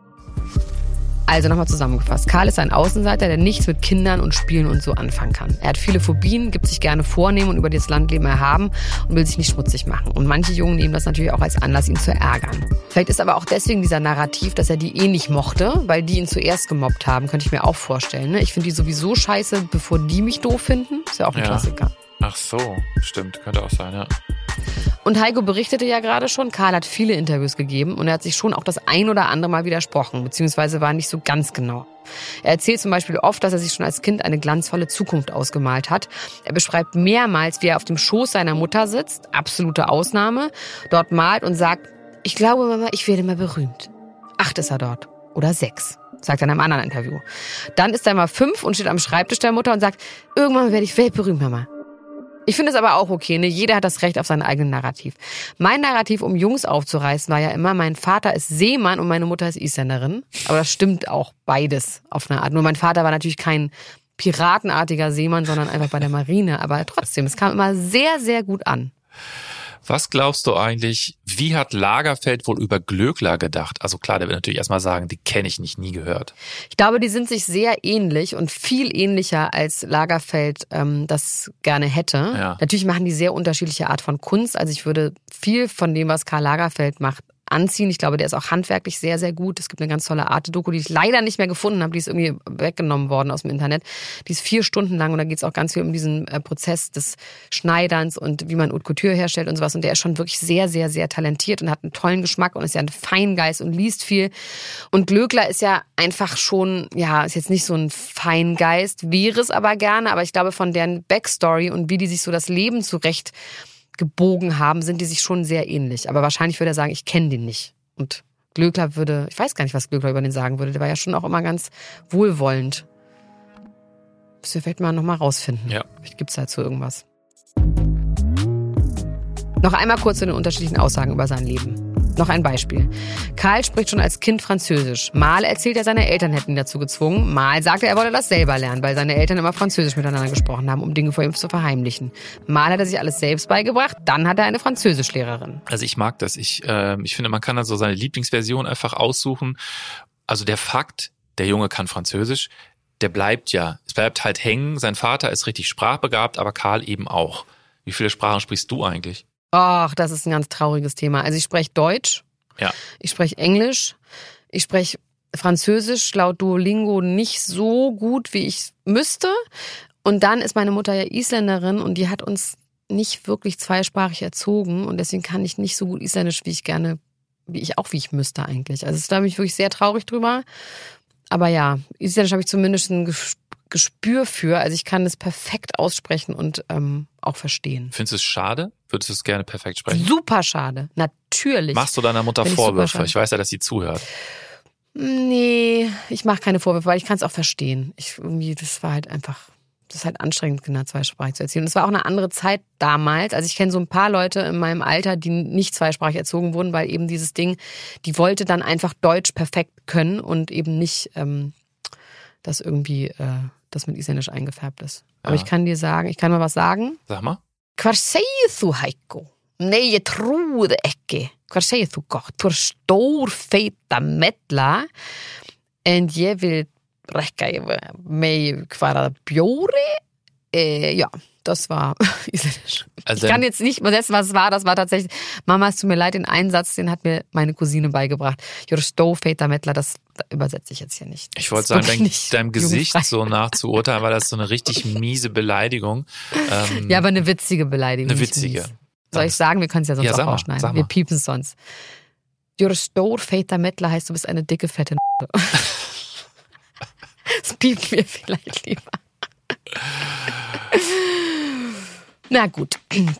Also nochmal zusammengefasst. Karl ist ein Außenseiter, der nichts mit Kindern und Spielen und so anfangen kann. Er hat viele Phobien, gibt sich gerne vornehmen und über das Landleben erhaben und will sich nicht schmutzig machen. Und manche Jungen nehmen das natürlich auch als Anlass, ihn zu ärgern. Vielleicht ist aber auch deswegen dieser Narrativ, dass er die nicht mochte, weil die ihn zuerst gemobbt haben, könnte ich mir auch vorstellen. Ich finde die sowieso scheiße, bevor die mich doof finden. Ist ja auch ein Klassiker. Ach so, stimmt, könnte auch sein, ja. Und Heiko berichtete ja gerade schon, Karl hat viele Interviews gegeben und er hat sich schon auch das ein oder andere Mal widersprochen, beziehungsweise war nicht so ganz genau. Er erzählt zum Beispiel oft, dass er sich schon als Kind eine glanzvolle Zukunft ausgemalt hat. Er beschreibt mehrmals, wie er auf dem Schoß seiner Mutter sitzt, absolute Ausnahme, dort malt und sagt, ich glaube, Mama, ich werde mal berühmt. 8 ist er dort. Oder 6, sagt er in einem anderen Interview. Dann ist er mal 5 und steht am Schreibtisch der Mutter und sagt, irgendwann werde ich weltberühmt, Mama. Ich finde es aber auch okay, Jeder hat das Recht auf sein eigenes Narrativ. Mein Narrativ, um Jungs aufzureißen, war ja immer, mein Vater ist Seemann und meine Mutter ist Isländerin. Aber das stimmt auch beides auf eine Art. Nur mein Vater war natürlich kein piratenartiger Seemann, sondern einfach bei der Marine. Aber trotzdem, es kam immer sehr, sehr gut an. Was glaubst du eigentlich, wie hat Lagerfeld wohl über Glöckler gedacht? Also klar, der wird natürlich erstmal sagen, die kenne ich nicht, nie gehört. Ich glaube, die sind sich sehr ähnlich und viel ähnlicher, als Lagerfeld das gerne hätte. Ja. Natürlich machen die sehr unterschiedliche Art von Kunst. Also ich würde viel von dem, was Karl Lagerfeld macht, anziehen. Ich glaube, der ist auch handwerklich sehr, sehr gut. Es gibt eine ganz tolle Arte-Doku, die ich leider nicht mehr gefunden habe. Die ist irgendwie weggenommen worden aus dem Internet. Die ist 4 Stunden lang und da geht es auch ganz viel um diesen Prozess des Schneiderns und wie man Haute Couture herstellt und sowas. Und der ist schon wirklich sehr, sehr, sehr talentiert und hat einen tollen Geschmack und ist ja ein Feingeist und liest viel. Und Glöckler ist ja einfach schon, ist jetzt nicht so ein Feingeist, wäre es aber gerne. Aber ich glaube, von deren Backstory und wie die sich so das Leben zurecht gebogen haben, sind die sich schon sehr ähnlich. Aber wahrscheinlich würde er sagen, ich kenne den nicht. Und Glöckler ich weiß gar nicht, was Glöckler über den sagen würde. Der war ja schon auch immer ganz wohlwollend. Müssen wir vielleicht mal nochmal rausfinden. Ja. Vielleicht gibt es dazu irgendwas. Noch einmal kurz zu den unterschiedlichen Aussagen über sein Leben. Noch ein Beispiel. Karl spricht schon als Kind Französisch. Mal erzählt er, seine Eltern hätten ihn dazu gezwungen. Mal sagt er wolle das selber lernen, weil seine Eltern immer Französisch miteinander gesprochen haben, um Dinge vor ihm zu verheimlichen. Mal hat er sich alles selbst beigebracht, dann hat er eine Französischlehrerin. Also ich mag das. Ich finde, man kann dann so seine Lieblingsversion einfach aussuchen. Also der Fakt, der Junge kann Französisch, der bleibt ja. Es bleibt halt hängen. Sein Vater ist richtig sprachbegabt, aber Karl eben auch. Wie viele Sprachen sprichst du eigentlich? Ach, das ist ein ganz trauriges Thema. Also ich spreche Deutsch, ich spreche Englisch, ich spreche Französisch laut Duolingo nicht so gut, wie ich müsste. Und dann ist meine Mutter ja Isländerin und die hat uns nicht wirklich zweisprachig erzogen und deswegen kann ich nicht so gut Isländisch, wie ich müsste eigentlich. Also da bin ich wirklich sehr traurig drüber. Aber ja, Isländisch habe ich zumindest ein Gespür für. Also ich kann es perfekt aussprechen und auch verstehen. Findest du es schade? Würdest du es gerne perfekt sprechen? Super schade, natürlich. Machst du deiner Mutter Vorwürfe? Ich weiß ja, dass sie zuhört. Nee, ich mache keine Vorwürfe, weil ich kann es auch verstehen. Das ist halt anstrengend, Kinder zweisprachig zu erziehen. Und es war auch eine andere Zeit damals. Also ich kenne so ein paar Leute in meinem Alter, die nicht zweisprachig erzogen wurden, weil eben dieses Ding, die wollte dann einfach Deutsch perfekt können und eben nicht, dass irgendwie das mit Isländisch eingefärbt ist. Aber ich kann dir sagen, ich kann mal was sagen. Sag mal. Hvar segir þú, Heiko? Nei, ég trúi ekki. Hvar segir þú gott? Þú stór feita mella en ég vil rekka mig hvar bjóri. Ja, das war Isländisch. Also ich kann jetzt nicht übersetzen, was es war. Das war tatsächlich, Mama, es tut mir leid, den einen Satz, den hat mir meine Cousine beigebracht. You're so feita Mettler, das übersetze ich jetzt hier nicht. Ich wollte sagen, deinem Gesicht so nachzuurteilen, war das so eine richtig miese Beleidigung. Ja, aber eine witzige Beleidigung. Eine witzige. Soll ich sagen? Wir können es ja sonst auch rausschneiden. Wir piepen es sonst. You're so feita Mettler heißt, du bist eine dicke, fette Das piepen wir vielleicht lieber. Na gut.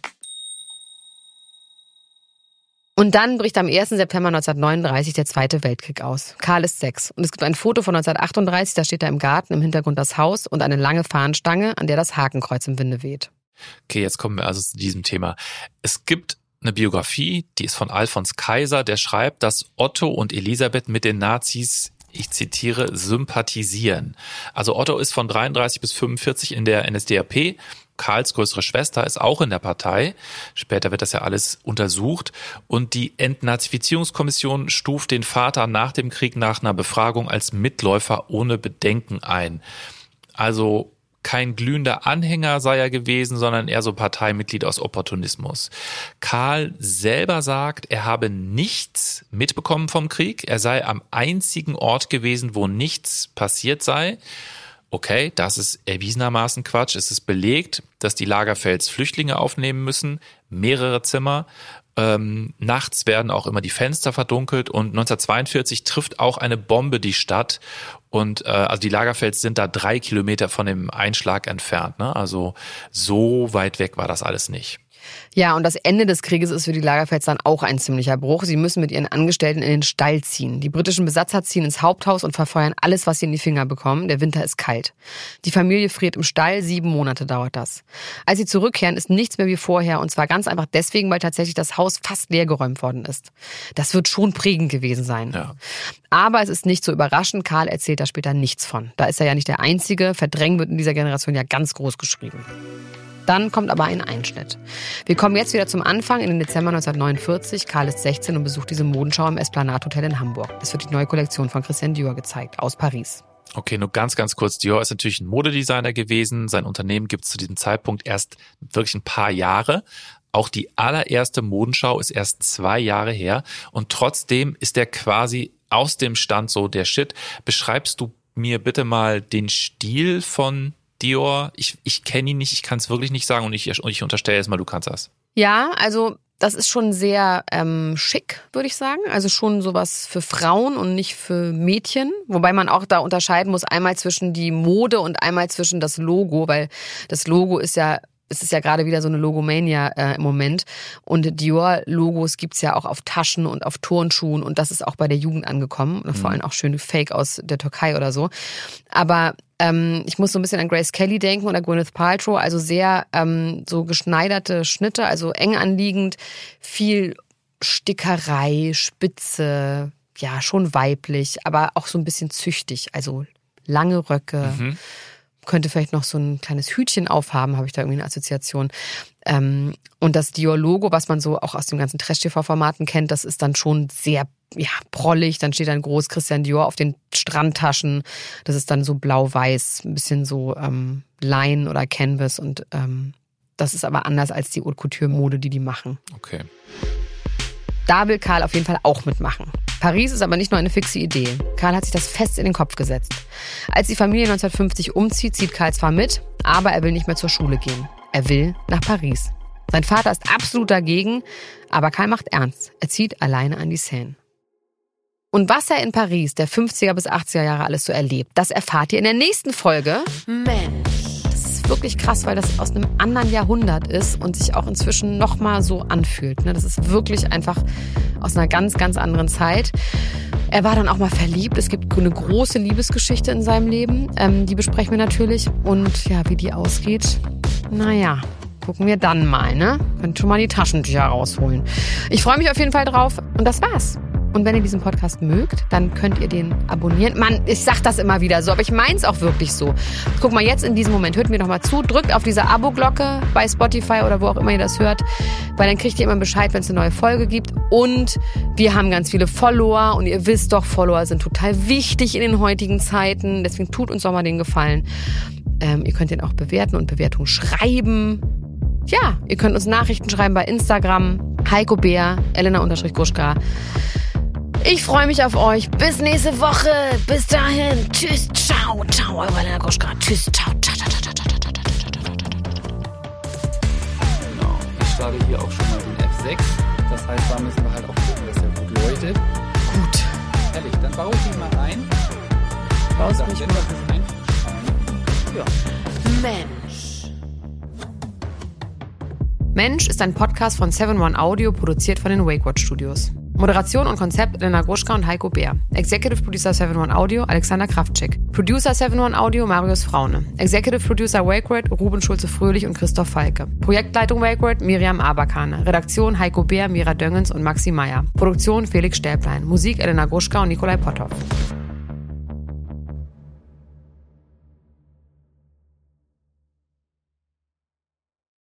Und dann bricht am 1. September 1939 der Zweite Weltkrieg aus. Karl ist 6. Und es gibt ein Foto von 1938, da steht er im Garten, im Hintergrund das Haus und eine lange Fahnenstange, an der das Hakenkreuz im Winde weht. Okay, jetzt kommen wir also zu diesem Thema. Es gibt eine Biografie, die ist von Alfons Kaiser, der schreibt, dass Otto und Elisabeth mit den Nazis, ich zitiere, sympathisieren. Also Otto ist von 33 bis 45 in der NSDAP. Karls größere Schwester ist auch in der Partei. Später wird das ja alles untersucht. Und die Entnazifizierungskommission stuft den Vater nach dem Krieg nach einer Befragung als Mitläufer ohne Bedenken ein. Also kein glühender Anhänger sei er gewesen, sondern eher so Parteimitglied aus Opportunismus. Karl selber sagt, er habe nichts mitbekommen vom Krieg. Er sei am einzigen Ort gewesen, wo nichts passiert sei. Okay, das ist erwiesenermaßen Quatsch. Es ist belegt, dass die Lagerfelds Flüchtlinge aufnehmen müssen, mehrere Zimmer. Nachts werden auch immer die Fenster verdunkelt und 1942 trifft auch eine Bombe die Stadt und also die Lagerfelds sind da 3 Kilometer von dem Einschlag entfernt, ne? Also so weit weg war das alles nicht. Ja, und das Ende des Krieges ist für die Lagerfelds dann auch ein ziemlicher Bruch. Sie müssen mit ihren Angestellten in den Stall ziehen. Die britischen Besatzer ziehen ins Haupthaus und verfeuern alles, was sie in die Finger bekommen. Der Winter ist kalt. Die Familie friert im Stall, 7 Monate dauert das. Als sie zurückkehren, ist nichts mehr wie vorher. Und zwar ganz einfach deswegen, weil tatsächlich das Haus fast leergeräumt worden ist. Das wird schon prägend gewesen sein. Ja. Aber es ist nicht so überraschend. Karl erzählt da später nichts von. Da ist er ja nicht der Einzige. Verdrängen wird in dieser Generation ja ganz groß geschrieben. Dann kommt aber ein Einschnitt. Wir kommen jetzt wieder zum Anfang in den Dezember 1949. Karl ist 16 und besucht diese Modenschau im Esplanade Hotel in Hamburg. Es wird die neue Kollektion von Christian Dior gezeigt, aus Paris. Okay, nur ganz kurz. Dior ist natürlich ein Modedesigner gewesen. Sein Unternehmen gibt es zu diesem Zeitpunkt erst wirklich ein paar Jahre. Auch die allererste Modenschau ist erst 2 Jahre her. Und trotzdem ist der quasi aus dem Stand so der Shit. Beschreibst du mir bitte mal den Stil von Dior? Ich kenne ihn nicht, ich kann es wirklich nicht sagen und ich unterstelle jetzt mal, du kannst das. Ja, also das ist schon sehr schick, würde ich sagen. Also schon sowas für Frauen und nicht für Mädchen. Wobei man auch da unterscheiden muss, einmal zwischen die Mode und einmal zwischen das Logo, weil das Logo ist ja gerade wieder so eine Logomania im Moment. Und Dior-Logos gibt's ja auch auf Taschen und auf Turnschuhen und das ist auch bei der Jugend angekommen. Vor allem auch schöne Fake aus der Türkei oder so. Aber ich muss so ein bisschen an Grace Kelly denken oder Gwyneth Paltrow, also sehr so geschneiderte Schnitte, also eng anliegend, viel Stickerei, Spitze, ja schon weiblich, aber auch so ein bisschen züchtig, also lange Röcke. Könnte vielleicht noch so ein kleines Hütchen aufhaben, habe ich da irgendwie eine Assoziation. Und das Dior-Logo, was man so auch aus den ganzen Trash-TV-Formaten kennt, das ist dann schon sehr prollig. Dann steht dann groß Christian Dior auf den Strandtaschen. Das ist dann so blau-weiß, ein bisschen so Lein oder Canvas. Und das ist aber anders als die Haute Couture-Mode, die machen. Okay. Da will Karl auf jeden Fall auch mitmachen. Paris ist aber nicht nur eine fixe Idee. Karl hat sich das fest in den Kopf gesetzt. Als die Familie 1950 umzieht, zieht Karl zwar mit, aber er will nicht mehr zur Schule gehen. Er will nach Paris. Sein Vater ist absolut dagegen, aber Karl macht ernst. Er zieht alleine an die Seine. Und was er in Paris der 50er bis 80er Jahre alles so erlebt, das erfahrt ihr in der nächsten Folge. Mensch, das ist wirklich krass, weil das aus einem anderen Jahrhundert ist und sich auch inzwischen nochmal so anfühlt. Das ist wirklich einfach aus einer ganz, ganz anderen Zeit. Er war dann auch mal verliebt. Es gibt eine große Liebesgeschichte in seinem Leben. Die besprechen wir natürlich. Und ja, wie die ausgeht, naja, gucken wir dann mal, ne? Könnt schon mal die Taschentücher rausholen. Ich freue mich auf jeden Fall drauf. Und das war's. Und wenn ihr diesen Podcast mögt, dann könnt ihr den abonnieren. Mann, ich sag das immer wieder so, aber ich mein's auch wirklich so. Guck mal, jetzt in diesem Moment, hört mir doch mal zu, drückt auf diese Abo-Glocke bei Spotify oder wo auch immer ihr das hört, weil dann kriegt ihr immer Bescheid, wenn es eine neue Folge gibt. Und wir haben ganz viele Follower und ihr wisst doch, Follower sind total wichtig in den heutigen Zeiten. Deswegen tut uns doch mal den Gefallen. Ihr könnt den auch bewerten und Bewertungen schreiben. Ja, ihr könnt uns Nachrichten schreiben bei Instagram, Heiko Bär, Elena_Gruschka. Ich freue mich auf euch. Bis nächste Woche. Bis dahin. Tschüss, ciao, ciao, eure Elena Gruschka. Tschüss, ciao, ciao, ciao, ciao, ciao, ciao, ciao, ciao. Genau. Ich starte hier auch schon mal den F6. Das heißt, da müssen wir halt auch gucken, dass er gut leuchtet. Gut. Ehrlich, dann baue ich ihn mal ein. Baust Dann mich wird mal. das einfach scheinen. Ja. Mensch. Mensch ist ein Podcast von 7-One Audio, produziert von den WakeWatch Studios. Moderation und Konzept Elena Gruschka und Heiko Bär. Executive Producer 7-One Audio Alexander Kravczyk. Producer 7-One Audio Marius Fraune. Executive Producer WakeWord Ruben Schulze-Fröhlich und Christoph Falke. Projektleitung WakeWord Miriam Aberkane. Redaktion Heiko Bär, Mira Döngens und Maxi Meyer. Produktion Felix Stäblein. Musik Elena Gruschka und Nikolai Potthoff.